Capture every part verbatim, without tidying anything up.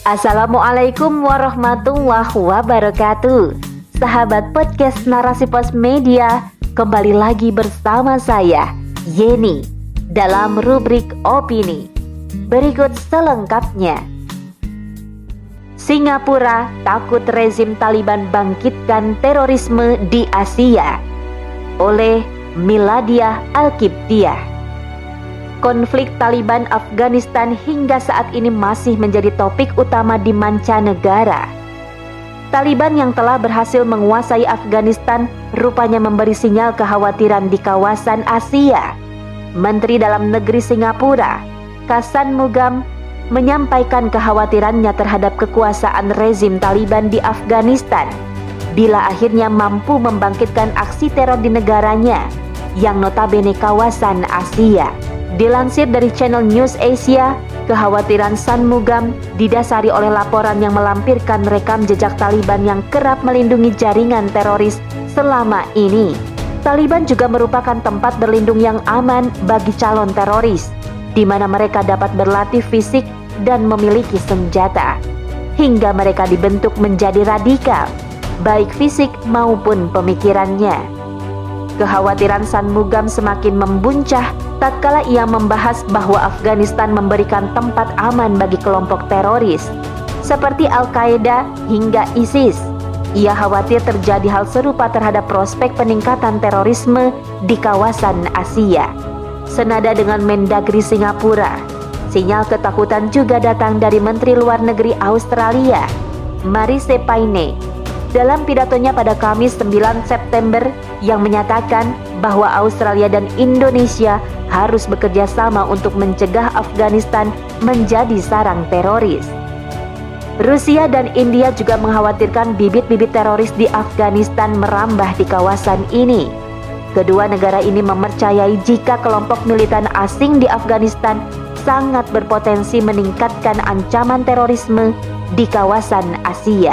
Assalamualaikum warahmatullahi wabarakatuh. Sahabat podcast Narasi Pos Media, kembali lagi bersama saya, Yeni, dalam rubrik opini. Berikut selengkapnya. Singapura takut rezim Taliban bangkitkan terorisme di Asia, oleh Miladia Al-Kiptiah. Konflik Taliban Afghanistan hingga saat ini masih menjadi topik utama di mancanegara. Taliban yang telah berhasil menguasai Afghanistan rupanya memberi sinyal kekhawatiran di kawasan Asia. Menteri Dalam Negeri Singapura, Kasanmugam, menyampaikan kekhawatirannya terhadap kekuasaan rezim Taliban di Afghanistan bila akhirnya mampu membangkitkan aksi teror di negaranya yang notabene kawasan Asia. Dilansir dari channel News Asia, kekhawatiran Sanmugam didasari oleh laporan yang melampirkan rekam jejak Taliban yang kerap melindungi jaringan teroris selama ini. Taliban juga merupakan tempat berlindung yang aman bagi calon teroris, di mana mereka dapat berlatih fisik dan memiliki senjata, hingga mereka dibentuk menjadi radikal, baik fisik maupun pemikirannya. Kekhawatiran Sanmugam semakin membuncah tatkala ia membahas bahwa Afghanistan memberikan tempat aman bagi kelompok teroris seperti Al-Qaeda hingga ISIS. Ia khawatir terjadi hal serupa terhadap prospek peningkatan terorisme di kawasan Asia. Senada dengan Mendagri Singapura, sinyal ketakutan juga datang dari Menteri Luar Negeri Australia, Marise Payne, dalam pidatonya pada Kamis sembilan September yang menyatakan bahwa Australia dan Indonesia harus bekerja sama untuk mencegah Afghanistan menjadi sarang teroris. Rusia dan India juga mengkhawatirkan bibit-bibit teroris di Afghanistan merambah di kawasan ini. Kedua negara ini mempercayai jika kelompok militan asing di Afghanistan sangat berpotensi meningkatkan ancaman terorisme di kawasan Asia.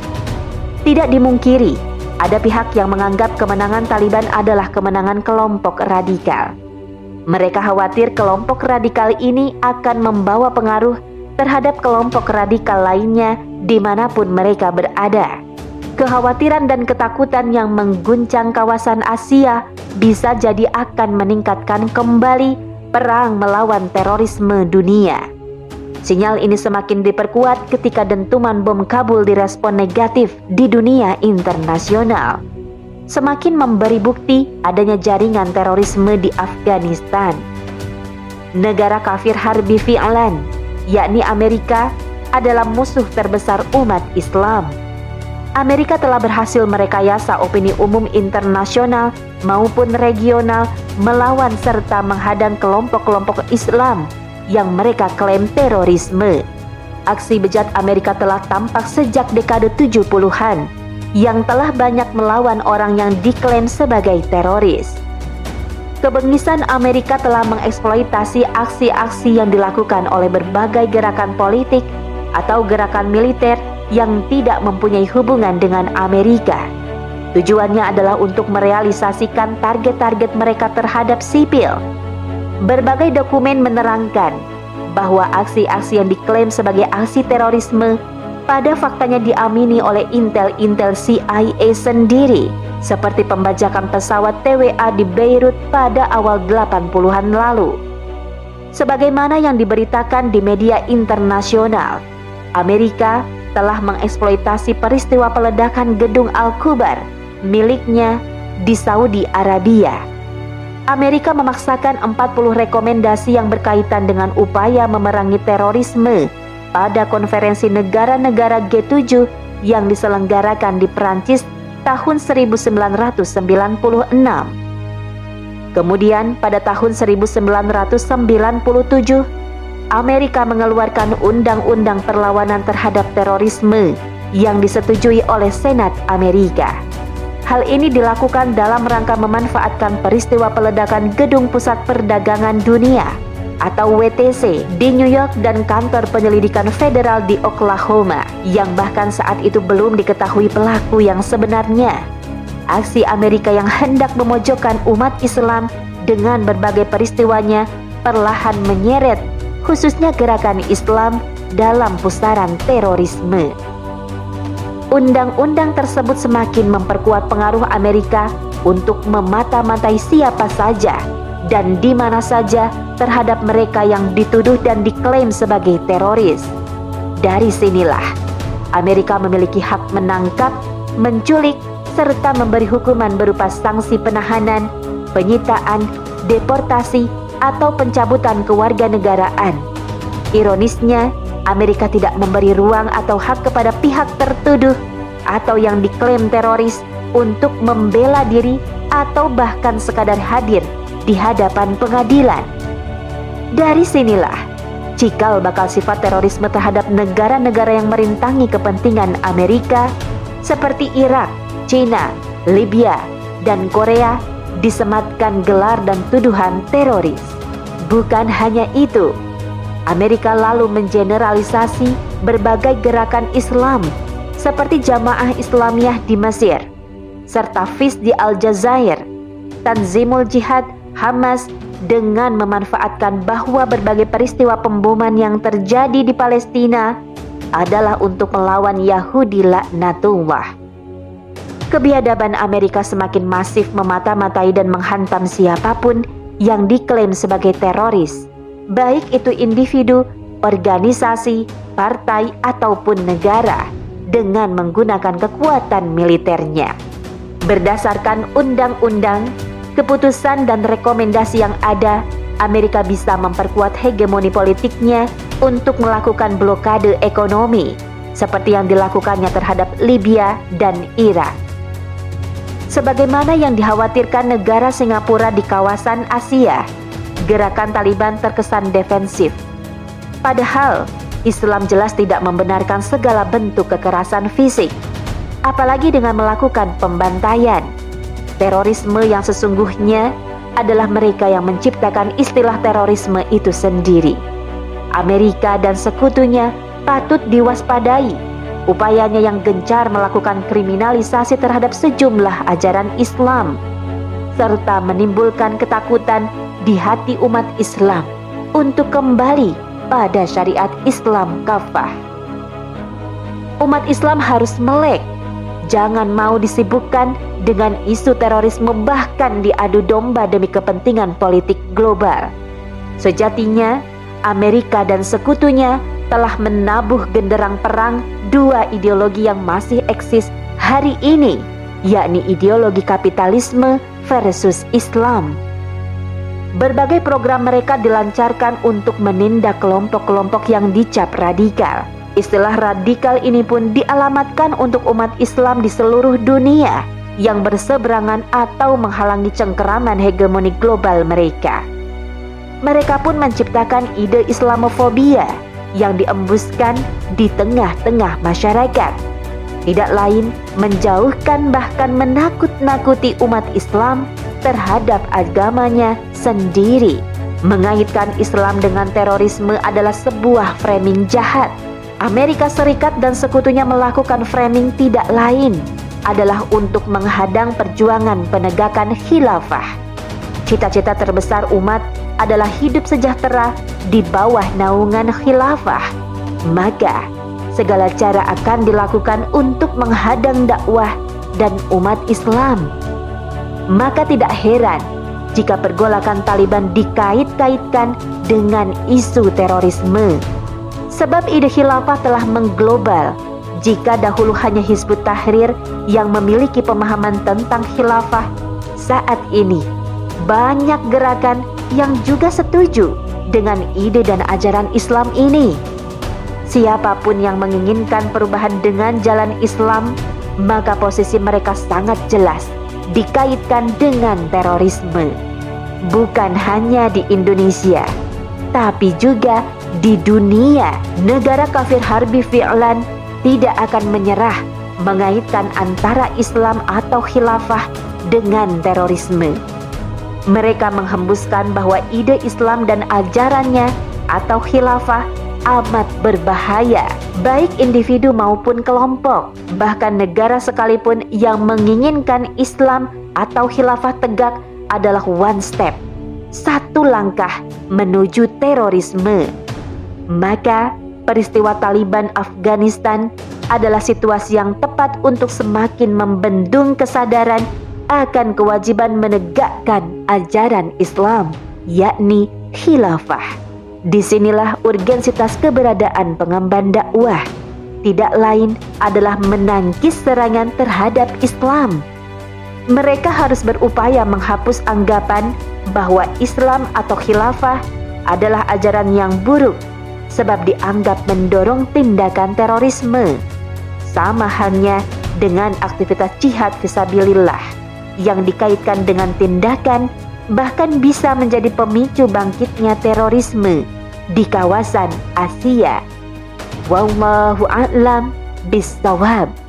Tidak dimungkiri, ada pihak yang menganggap kemenangan Taliban adalah kemenangan kelompok radikal. Mereka khawatir kelompok radikal ini akan membawa pengaruh terhadap kelompok radikal lainnya dimanapun mereka berada. Kekhawatiran dan ketakutan yang mengguncang kawasan Asia bisa jadi akan meningkatkan kembali perang melawan terorisme dunia. Sinyal ini semakin diperkuat ketika dentuman bom Kabul direspon negatif di dunia internasional, semakin memberi bukti adanya jaringan terorisme di Afghanistan. Negara kafir harbi fi'lan, yakni Amerika, adalah musuh terbesar umat Islam. Amerika telah berhasil merekayasa opini umum internasional maupun regional melawan serta menghadang kelompok-kelompok Islam yang mereka klaim terorisme. Aksi bejat Amerika telah tampak sejak dekade tujuh puluhan yang telah banyak melawan orang yang diklaim sebagai teroris. Kebengisan Amerika telah mengeksploitasi aksi-aksi yang dilakukan oleh berbagai gerakan politik atau gerakan militer yang tidak mempunyai hubungan dengan Amerika. Tujuannya adalah untuk merealisasikan target-target mereka terhadap sipil. Berbagai dokumen menerangkan bahwa aksi-aksi yang diklaim sebagai aksi terorisme pada faktanya diamini oleh intel-intel C I A sendiri, seperti pembajakan pesawat T W A di Beirut pada awal delapan puluhan lalu. Sebagaimana yang diberitakan di media internasional, Amerika telah mengeksploitasi peristiwa peledakan gedung Al-Qubar miliknya di Saudi Arabia. Amerika memaksakan empat puluh rekomendasi yang berkaitan dengan upaya memerangi terorisme pada konferensi negara-negara G tujuh yang diselenggarakan di Perancis tahun seribu sembilan ratus sembilan puluh enam. Kemudian pada tahun seribu sembilan ratus sembilan puluh tujuh, Amerika mengeluarkan Undang-Undang Perlawanan Terhadap Terorisme yang disetujui oleh Senat Amerika. Hal ini dilakukan dalam rangka memanfaatkan peristiwa peledakan Gedung Pusat Perdagangan Dunia atau W T C di New York dan kantor penyelidikan federal di Oklahoma yang bahkan saat itu belum diketahui pelaku yang sebenarnya. Aksi Amerika yang hendak memojokkan umat Islam dengan berbagai peristiwanya perlahan menyeret khususnya gerakan Islam dalam pusaran terorisme. Undang-undang tersebut semakin memperkuat pengaruh Amerika untuk memata-matai siapa saja dan di mana saja terhadap mereka yang dituduh dan diklaim sebagai teroris. Dari sinilah Amerika memiliki hak menangkap, menculik, serta memberi hukuman berupa sanksi penahanan, penyitaan, deportasi, atau pencabutan kewarganegaraan. Ironisnya, Amerika tidak memberi ruang atau hak kepada pihak tertuduh atau yang diklaim teroris untuk membela diri atau bahkan sekadar hadir di hadapan pengadilan. Dari sinilah cikal bakal sifat terorisme terhadap negara-negara yang merintangi kepentingan Amerika seperti Irak, China, Libya, dan Korea disematkan gelar dan tuduhan teroris. Bukan hanya itu, Amerika lalu mengeneralisasi berbagai gerakan Islam seperti Jamaah Islamiyah di Mesir, serta F I S di Aljazair, Tanzimul Jihad, Hamas, dengan memanfaatkan bahwa berbagai peristiwa pemboman yang terjadi di Palestina adalah untuk melawan Yahudi laknatullah. Kebiadaban Amerika semakin masif memata-matai dan menghantam siapapun yang diklaim sebagai teroris, baik itu individu, organisasi, partai, ataupun negara, dengan menggunakan kekuatan militernya. Berdasarkan undang-undang, keputusan dan rekomendasi yang ada, Amerika bisa memperkuat hegemoni politiknya untuk melakukan blokade ekonomi, seperti yang dilakukannya terhadap Libya dan Irak. Sebagaimana yang dikhawatirkan negara Singapura di kawasan Asia, gerakan Taliban terkesan defensif. Padahal, Islam jelas tidak membenarkan segala bentuk kekerasan fisik, apalagi dengan melakukan pembantaian. Terorisme yang sesungguhnya adalah mereka yang menciptakan istilah terorisme itu sendiri. Amerika dan sekutunya patut diwaspadai upayanya yang gencar melakukan kriminalisasi terhadap sejumlah ajaran Islam, serta menimbulkan ketakutan di hati umat Islam untuk kembali pada syariat Islam kafah. Umat Islam harus melek, jangan mau disibukkan dengan isu terorisme bahkan diadu domba demi kepentingan politik global. Sejatinya, Amerika dan sekutunya telah menabuh genderang perang dua ideologi yang masih eksis hari ini, yakni ideologi kapitalisme versus Islam. Berbagai program mereka dilancarkan untuk menindak kelompok-kelompok yang dicap radikal. Istilah radikal ini pun dialamatkan untuk umat Islam di seluruh dunia yang berseberangan atau menghalangi cengkeraman hegemoni global mereka. Mereka pun menciptakan ide Islamofobia yang diembuskan di tengah-tengah masyarakat. Tidak lain menjauhkan bahkan menakut-nakuti umat Islam terhadap agamanya sendiri. Mengaitkan Islam dengan terorisme adalah sebuah framing jahat. Amerika Serikat dan sekutunya melakukan framing tidak lain adalah untuk menghadang perjuangan penegakan khilafah. Cita-cita terbesar umat adalah hidup sejahtera di bawah naungan khilafah. Maka segala cara akan dilakukan untuk menghadang dakwah dan umat Islam. Maka tidak heran jika pergolakan Taliban dikait-kaitkan dengan isu terorisme. Sebab ide khilafah telah mengglobal. Jika dahulu hanya Hizbut Tahrir yang memiliki pemahaman tentang khilafah, saat ini banyak gerakan yang juga setuju dengan ide dan ajaran Islam ini. Siapapun yang menginginkan perubahan dengan jalan Islam, maka posisi mereka sangat jelas dikaitkan dengan terorisme. Bukan hanya di Indonesia, tapi juga di dunia. Negara kafir harbi fi'lan tidak akan menyerah mengaitkan antara Islam atau khilafah dengan terorisme. Mereka menghembuskan bahwa ide Islam dan ajarannya atau khilafah amat berbahaya, baik individu maupun kelompok. Bahkan negara sekalipun yang menginginkan Islam atau khilafah tegak adalah one step, satu langkah menuju terorisme. Maka peristiwa Taliban Afghanistan adalah situasi yang tepat untuk semakin membendung kesadaran akan kewajiban menegakkan ajaran Islam, yakni khilafah. Disinilah urgensitas keberadaan pengemban dakwah, tidak lain adalah menangkis serangan terhadap Islam. Mereka harus berupaya menghapus anggapan bahwa Islam atau khilafah adalah ajaran yang buruk, sebab dianggap mendorong tindakan terorisme. Sama halnya dengan aktivitas jihad fisabilillah yang dikaitkan dengan tindakan bahkan bisa menjadi pemicu bangkitnya terorisme di kawasan Asia. Wallahu a'lam bishawab.